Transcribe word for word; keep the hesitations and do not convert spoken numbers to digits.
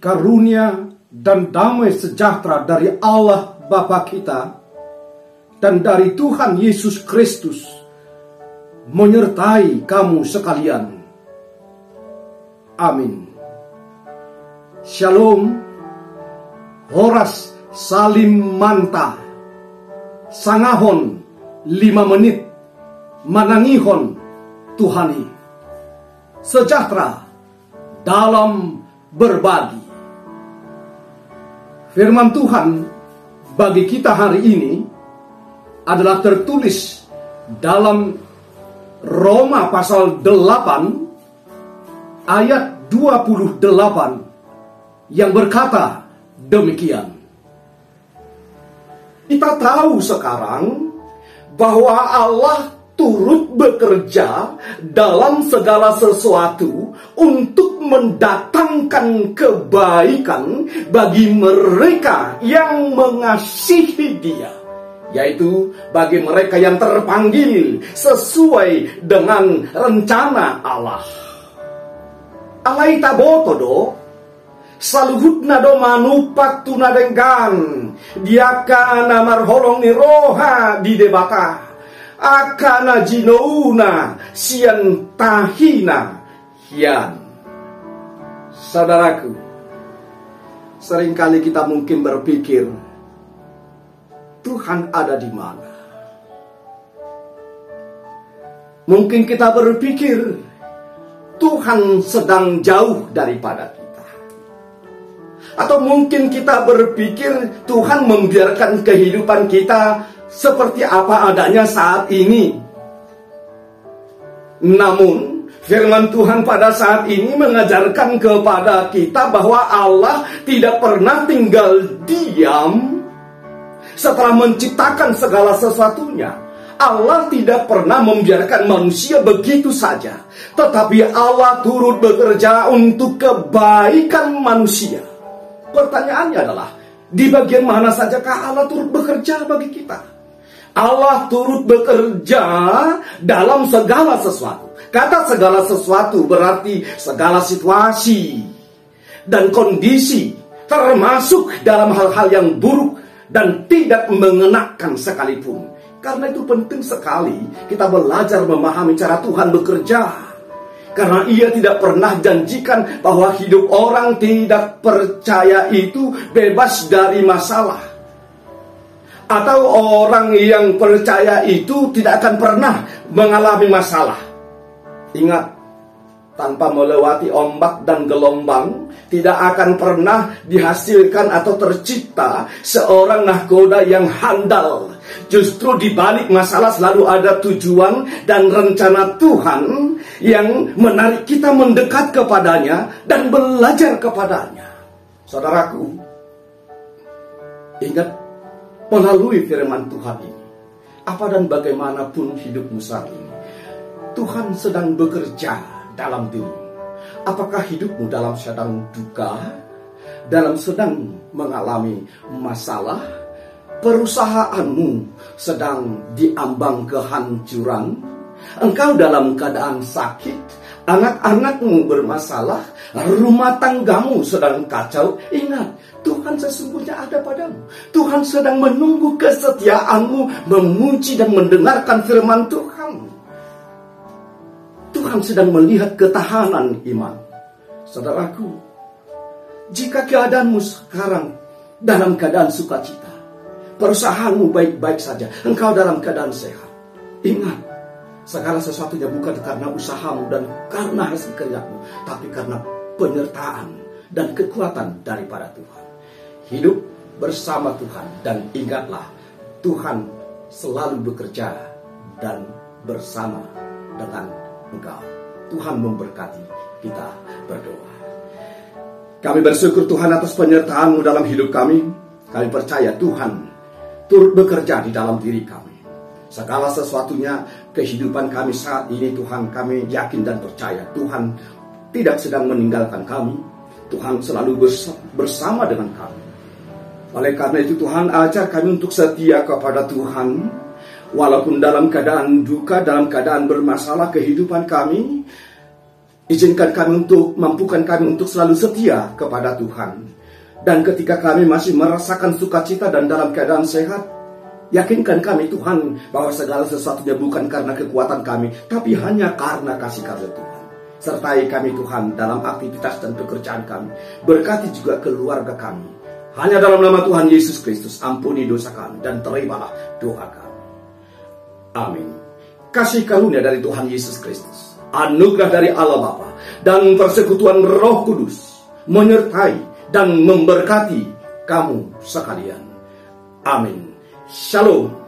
karunia dan damai sejahtera dari Allah Bapa kita dan dari Tuhan Yesus Kristus menyertai kamu sekalian. Amin. Shalom. Horas salim manta. Sangahon lima menit. Manangihon Tuhani. Sejahtera dalam berbagi. Firman Tuhan bagi kita hari ini adalah tertulis dalam Roma pasal delapan ayat dua puluh delapan yang berkata demikian. Kita tahu sekarang bahwa Allah turut bekerja dalam segala sesuatu untuk mendatangkan kebaikan bagi mereka yang mengasihi Dia, yaitu bagi mereka yang terpanggil sesuai dengan rencana Allah. Alai tabotodo saluhutna do manupak tunadenggan diakana marholong ni roha di debata akana jinouna sian tahina hian. Saudaraku, seringkali kita mungkin berpikir Tuhan ada di mana? Mungkin kita berpikir Tuhan sedang jauh daripada kita. Atau mungkin kita berpikir Tuhan membiarkan kehidupan kita seperti apa adanya saat ini. Namun firman Tuhan pada saat ini mengajarkan kepada kita bahwa Allah tidak pernah tinggal diam setelah menciptakan segala sesuatunya. Allah tidak pernah membiarkan manusia begitu saja, tetapi Allah turut bekerja untuk kebaikan manusia. Pertanyaannya adalah, di bagian mana sajakah Allah turut bekerja bagi kita? Allah turut bekerja dalam segala sesuatu. Kata segala sesuatu berarti segala situasi dan kondisi, termasuk dalam hal-hal yang buruk dan tidak mengenakan sekalipun. Karena itu penting sekali kita belajar memahami cara Tuhan bekerja. Karena Ia tidak pernah janjikan bahwa hidup orang tidak percaya itu bebas dari masalah. Atau orang yang percaya itu tidak akan pernah mengalami masalah. Ingat, tanpa melewati ombak dan gelombang, tidak akan pernah dihasilkan atau tercipta seorang nahkoda yang handal. Justru di balik masalah selalu ada tujuan dan rencana Tuhan yang menarik kita mendekat kepadanya dan belajar kepadanya. Saudaraku, ingat melalui firman Tuhan ini, apa dan bagaimanapun hidupmu saat ini, Tuhan sedang bekerja dalam dirimu. Apakah hidupmu dalam sedang duka, dalam sedang mengalami masalah, perusahaanmu sedang diambang kehancuran, engkau dalam keadaan sakit, anak-anakmu bermasalah, rumah tanggamu sedang kacau, ingat, Tuhan sesungguhnya ada padamu. Tuhan sedang menunggu kesetiaanmu memuji dan mendengarkan firman Tuhan. Tuhan sedang melihat ketahanan iman. Saudaraku, jika keadaanmu sekarang dalam keadaan sukacita, perusahaanmu baik-baik saja, engkau dalam keadaan sehat, ingat, segala sesuatunya bukan karena usahamu dan karena hasil kerjamu, tapi karena penyertaan dan kekuatan daripada Tuhan. Hidup bersama Tuhan, dan ingatlah, Tuhan selalu bekerja dan bersama dengan engkau. Tuhan memberkati. Kita berdoa. Kami bersyukur Tuhan atas penyertaan-Mu dalam hidup kami. Kami percaya Tuhan turut bekerja di dalam diri kami. Segala sesuatunya kehidupan kami saat ini, Tuhan, kami yakin dan percaya Tuhan tidak sedang meninggalkan kami. Tuhan selalu bersama dengan kami. Oleh karena itu Tuhan, ajar kami untuk setia kepada Tuhan. Walaupun dalam keadaan duka, dalam keadaan bermasalah kehidupan kami, Izinkan kami untuk, mampukan kami untuk selalu setia kepada Tuhan. Dan ketika kami masih merasakan sukacita dan dalam keadaan sehat, yakinkan kami Tuhan bahwa segala sesuatunya bukan karena kekuatan kami, tapi hanya karena kasih karunia Tuhan. Sertai kami Tuhan dalam aktivitas dan pekerjaan kami. Berkati juga keluarga kami. Hanya dalam nama Tuhan Yesus Kristus, ampuni dosa kami dan terimalah doa kami. Amin. Kasih karunia dari Tuhan Yesus Kristus, anugerah dari Allah Bapa, dan persekutuan Roh Kudus menyertai dan memberkati kamu sekalian. Amin. Shalom.